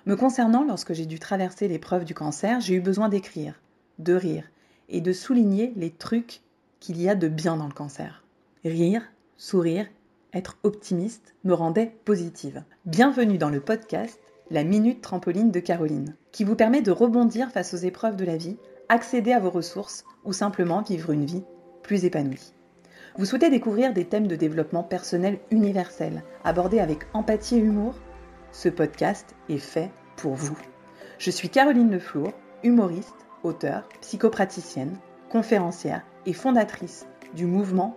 Me concernant, lorsque j'ai dû traverser l'épreuve du cancer, j'ai eu besoin d'écrire, de rire et de souligner les trucs qu'il y a de bien dans le cancer. Rire, sourire, être optimiste me rendait positive. Bienvenue dans le podcast La Minute Trampoline de Caroline, qui vous permet de rebondir face aux épreuves de la vie, accéder à vos ressources ou simplement vivre une vie plus épanouie. Vous souhaitez découvrir des thèmes de développement personnel universels, abordés avec empathie et humour ? Ce podcast est fait pour vous. Je suis Caroline Leflour, humoriste, auteure, psychopraticienne, conférencière et fondatrice du mouvement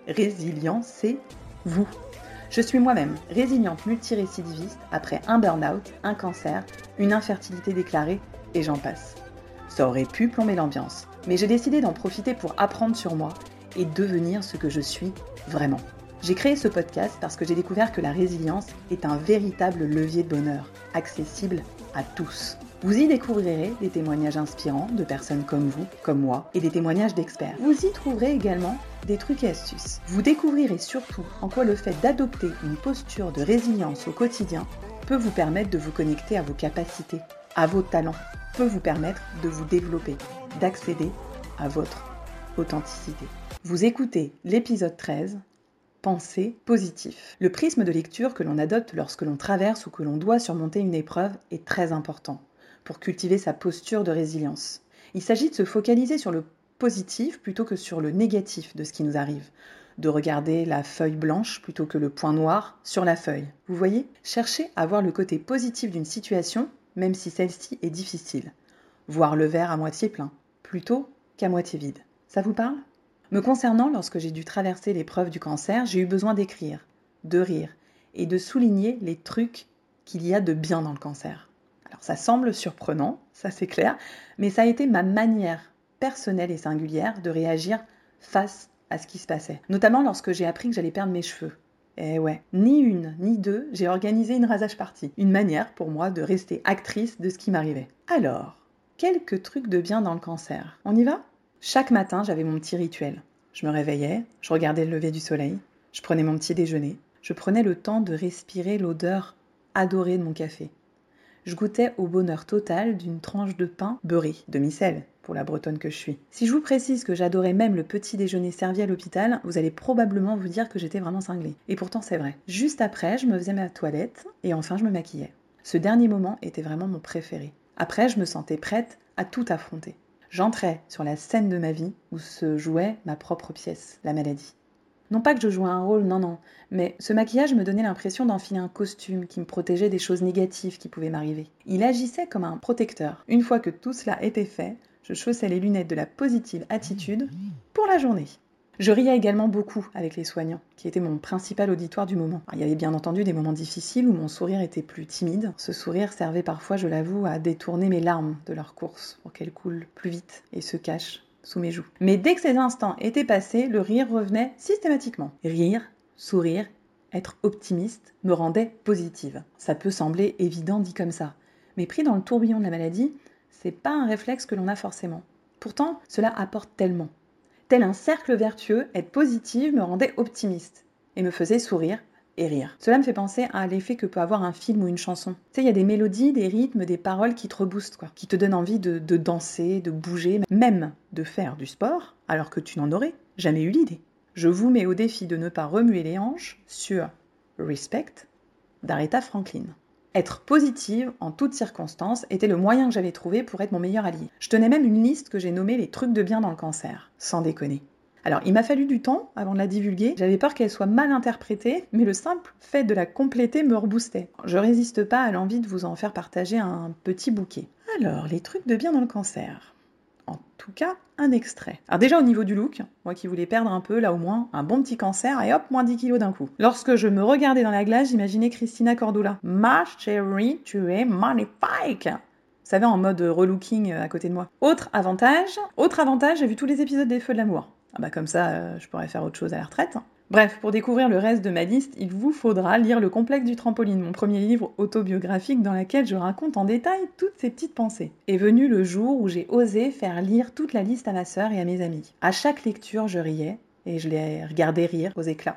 Résilience-vous. Je suis moi-même résiliente multirécidiviste après un burn-out, un cancer, une infertilité déclarée et j'en passe. Ça aurait pu plomber l'ambiance, mais j'ai décidé d'en profiter pour apprendre sur moi et devenir ce que je suis vraiment. J'ai créé ce podcast parce que j'ai découvert que la résilience est un véritable levier de bonheur, accessible à tous. Vous y découvrirez des témoignages inspirants de personnes comme vous, comme moi, et des témoignages d'experts. Vous y trouverez également des trucs et astuces. Vous découvrirez surtout en quoi le fait d'adopter une posture de résilience au quotidien peut vous permettre de vous connecter à vos capacités, à vos talents, peut vous permettre de vous développer, d'accéder à votre authenticité. Vous écoutez l'épisode 13, Pensée positif. Le prisme de lecture que l'on adopte lorsque l'on traverse ou que l'on doit surmonter une épreuve est très important pour cultiver sa posture de résilience. Il s'agit de se focaliser sur le positif plutôt que sur le négatif de ce qui nous arrive, de regarder la feuille blanche plutôt que le point noir sur la feuille. Vous voyez ? Cherchez à voir le côté positif d'une situation, même si celle-ci est difficile. Voir le verre à moitié plein, plutôt qu'à moitié vide. Ça vous parle ? Me concernant, lorsque j'ai dû traverser l'épreuve du cancer, j'ai eu besoin d'écrire, de rire et de souligner les trucs qu'il y a de bien dans le cancer. Alors ça semble surprenant, ça c'est clair, mais ça a été ma manière personnelle et singulière de réagir face à ce qui se passait. Notamment lorsque j'ai appris que j'allais perdre mes cheveux. Eh ouais, ni une, ni deux, j'ai organisé une rasage party. Une manière pour moi de rester actrice de ce qui m'arrivait. Alors, quelques trucs de bien dans le cancer. On y va ? Chaque matin, j'avais mon petit rituel. Je me réveillais, je regardais le lever du soleil, je prenais mon petit déjeuner, je prenais le temps de respirer l'odeur adorée de mon café. Je goûtais au bonheur total d'une tranche de pain beurré, demi-sel, pour la bretonne que je suis. Si je vous précise que j'adorais même le petit déjeuner servi à l'hôpital, vous allez probablement vous dire que j'étais vraiment cinglée. Et pourtant c'est vrai. Juste après, je me faisais ma toilette et enfin je me maquillais. Ce dernier moment était vraiment mon préféré. Après, je me sentais prête à tout affronter. J'entrais sur la scène de ma vie où se jouait ma propre pièce, la maladie. Non pas que je jouais un rôle, non, mais ce maquillage me donnait l'impression d'enfiler un costume qui me protégeait des choses négatives qui pouvaient m'arriver. Il agissait comme un protecteur. Une fois que tout cela était fait, je chaussais les lunettes de la positive attitude pour la journée. Je riais également beaucoup avec les soignants, qui étaient mon principal auditoire du moment. Alors, il y avait bien entendu des moments difficiles où mon sourire était plus timide. Ce sourire servait parfois, je l'avoue, à détourner mes larmes de leur course pour qu'elles coulent plus vite et se cachent sous mes joues. Mais dès que ces instants étaient passés, le rire revenait systématiquement. Rire, sourire, être optimiste me rendait positive. Ça peut sembler évident dit comme ça, mais pris dans le tourbillon de la maladie, c'est pas un réflexe que l'on a forcément. Pourtant, cela apporte tellement. Tel un cercle vertueux, être positive me rendait optimiste et me faisait sourire et rire. Cela me fait penser à l'effet que peut avoir un film ou une chanson. Tu sais, il y a des mélodies, des rythmes, des paroles qui te reboostent, qui te donnent envie de danser, de bouger, même de faire du sport, alors que tu n'en aurais jamais eu l'idée. Je vous mets au défi de ne pas remuer les hanches sur Respect d'Aretha Franklin. Être positive en toutes circonstances était le moyen que j'avais trouvé pour être mon meilleur allié. Je tenais même une liste que j'ai nommée les trucs de bien dans le cancer, sans déconner. Alors, il m'a fallu du temps avant de la divulguer, j'avais peur qu'elle soit mal interprétée, mais le simple fait de la compléter me reboostait. Je résiste pas à l'envie de vous en faire partager un petit bouquet. Alors, les trucs de bien dans le cancer. En tout cas, un extrait. Alors déjà au niveau du look, moi qui voulais perdre un peu, là au moins, un bon petit cancer et hop, moins 10 kilos d'un coup. Lorsque je me regardais dans la glace, j'imaginais Christina Cordula. Ma chérie, tu es magnifique! Vous savez, en mode relooking à côté de moi. Autre avantage, j'ai vu tous les épisodes des Feux de l'amour. Ah bah comme ça, je pourrais faire autre chose à la retraite. Bref, pour découvrir le reste de ma liste, il vous faudra lire Le Complexe du Trampoline, mon premier livre autobiographique dans lequel je raconte en détail toutes ces petites pensées. Est venu le jour où j'ai osé faire lire toute la liste à ma sœur et à mes amis. À chaque lecture, je riais et je les regardais rire aux éclats.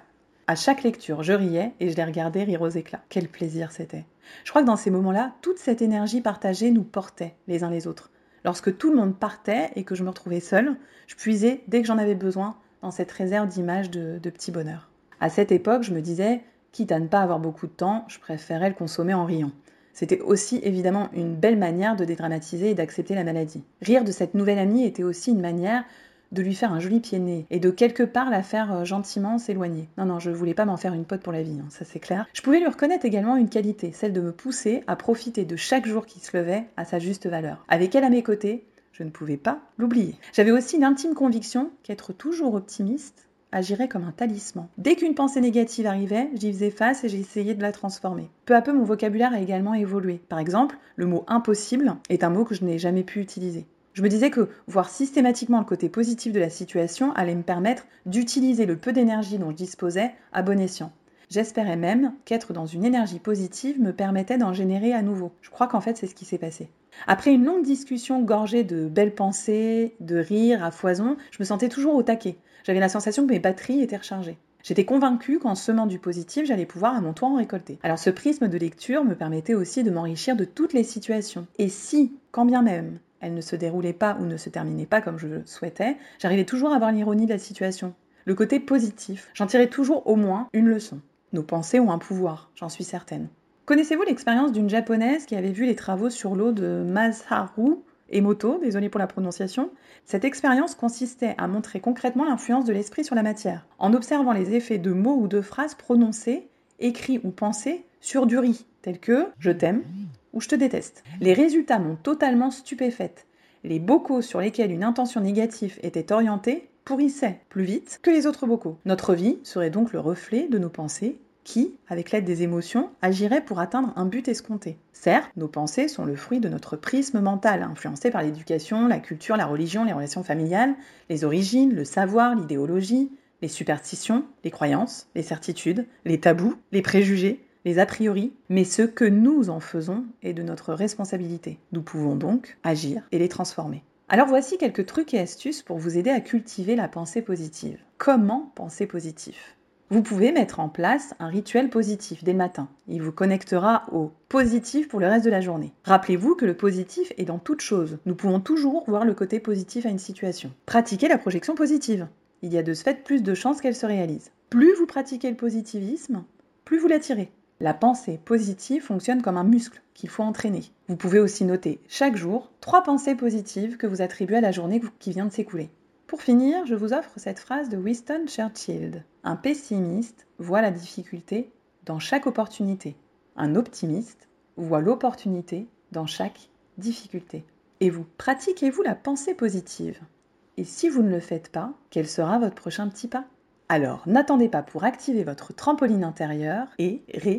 À chaque lecture, je riais et je les regardais rire aux éclats. Quel plaisir c'était. Je crois que dans ces moments-là, toute cette énergie partagée nous portait les uns les autres. Lorsque tout le monde partait et que je me retrouvais seule, je puisais, dès que j'en avais besoin, dans cette réserve d'images de petits bonheurs. À cette époque, je me disais, quitte à ne pas avoir beaucoup de temps, je préférais le consommer en riant. C'était aussi évidemment une belle manière de dédramatiser et d'accepter la maladie. Rire de cette nouvelle amie était aussi une manière de lui faire un joli pied de nez et de quelque part la faire gentiment s'éloigner. Non, je voulais pas m'en faire une pote pour la vie, ça c'est clair. Je pouvais lui reconnaître également une qualité, celle de me pousser à profiter de chaque jour qui se levait à sa juste valeur. Avec elle à mes côtés, je ne pouvais pas l'oublier. J'avais aussi l'intime conviction qu'être toujours optimiste agirait comme un talisman. Dès qu'une pensée négative arrivait, j'y faisais face et j'essayais de la transformer. Peu à peu, mon vocabulaire a également évolué. Par exemple, le mot « impossible » est un mot que je n'ai jamais pu utiliser. Je me disais que voir systématiquement le côté positif de la situation allait me permettre d'utiliser le peu d'énergie dont je disposais à bon escient. J'espérais même qu'être dans une énergie positive me permettait d'en générer à nouveau. Je crois qu'en fait, c'est ce qui s'est passé. Après une longue discussion gorgée de belles pensées, de rires à foison, je me sentais toujours au taquet. J'avais la sensation que mes batteries étaient rechargées. J'étais convaincue qu'en semant du positif, j'allais pouvoir à mon tour en récolter. Alors ce prisme de lecture me permettait aussi de m'enrichir de toutes les situations. Et si, quand bien même, elle ne se déroulait pas ou ne se terminait pas comme je le souhaitais, j'arrivais toujours à voir l'ironie de la situation. Le côté positif, j'en tirais toujours au moins une leçon. Nos pensées ont un pouvoir, j'en suis certaine. Connaissez-vous l'expérience d'une japonaise qui avait vu les travaux sur l'eau de Masaru Emoto, désolée pour la prononciation? Cette expérience consistait à montrer concrètement l'influence de l'esprit sur la matière, en observant les effets de mots ou de phrases prononcés, écrits ou pensés sur du riz, tels que « je t'aime » ou « je te déteste ». Les résultats m'ont totalement stupéfaite. Les bocaux sur lesquels une intention négative était orientée pourrissaient plus vite que les autres bocaux. Notre vie serait donc le reflet de nos pensées qui, avec l'aide des émotions, agirait pour atteindre un but escompté. Certes, nos pensées sont le fruit de notre prisme mental, influencé par l'éducation, la culture, la religion, les relations familiales, les origines, le savoir, l'idéologie, les superstitions, les croyances, les certitudes, les tabous, les préjugés, les a priori, mais ce que nous en faisons est de notre responsabilité. Nous pouvons donc agir et les transformer. Alors voici quelques trucs et astuces pour vous aider à cultiver la pensée positive. Comment penser positif ? Vous pouvez mettre en place un rituel positif dès le matin. Il vous connectera au positif pour le reste de la journée. Rappelez-vous que le positif est dans toute chose. Nous pouvons toujours voir le côté positif à une situation. Pratiquez la projection positive. Il y a de ce fait plus de chances qu'elle se réalise. Plus vous pratiquez le positivisme, plus vous l'attirez. La pensée positive fonctionne comme un muscle qu'il faut entraîner. Vous pouvez aussi noter chaque jour 3 pensées positives que vous attribuez à la journée qui vient de s'écouler. Pour finir, je vous offre cette phrase de Winston Churchill. Un pessimiste voit la difficulté dans chaque opportunité. Un optimiste voit l'opportunité dans chaque difficulté. Et vous, pratiquez-vous la pensée positive? Et si vous ne le faites pas, quel sera votre prochain petit pas? Alors, n'attendez pas pour activer votre trampoline intérieure et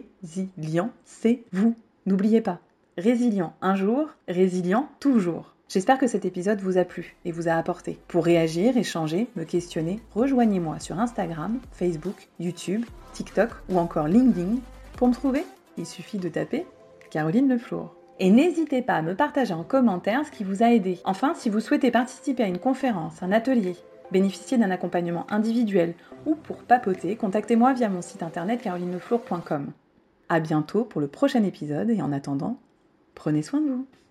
résilience-vous. N'oubliez pas, résilient un jour, résilient toujours. J'espère que cet épisode vous a plu et vous a apporté. Pour réagir, échanger, me questionner, rejoignez-moi sur Instagram, Facebook, YouTube, TikTok ou encore LinkedIn. Pour me trouver, il suffit de taper Caroline Leflour. Et n'hésitez pas à me partager en commentaire ce qui vous a aidé. Enfin, si vous souhaitez participer à une conférence, un atelier, bénéficier d'un accompagnement individuel ou pour papoter, contactez-moi via mon site internet carolineleflour.com. À bientôt pour le prochain épisode et en attendant, prenez soin de vous.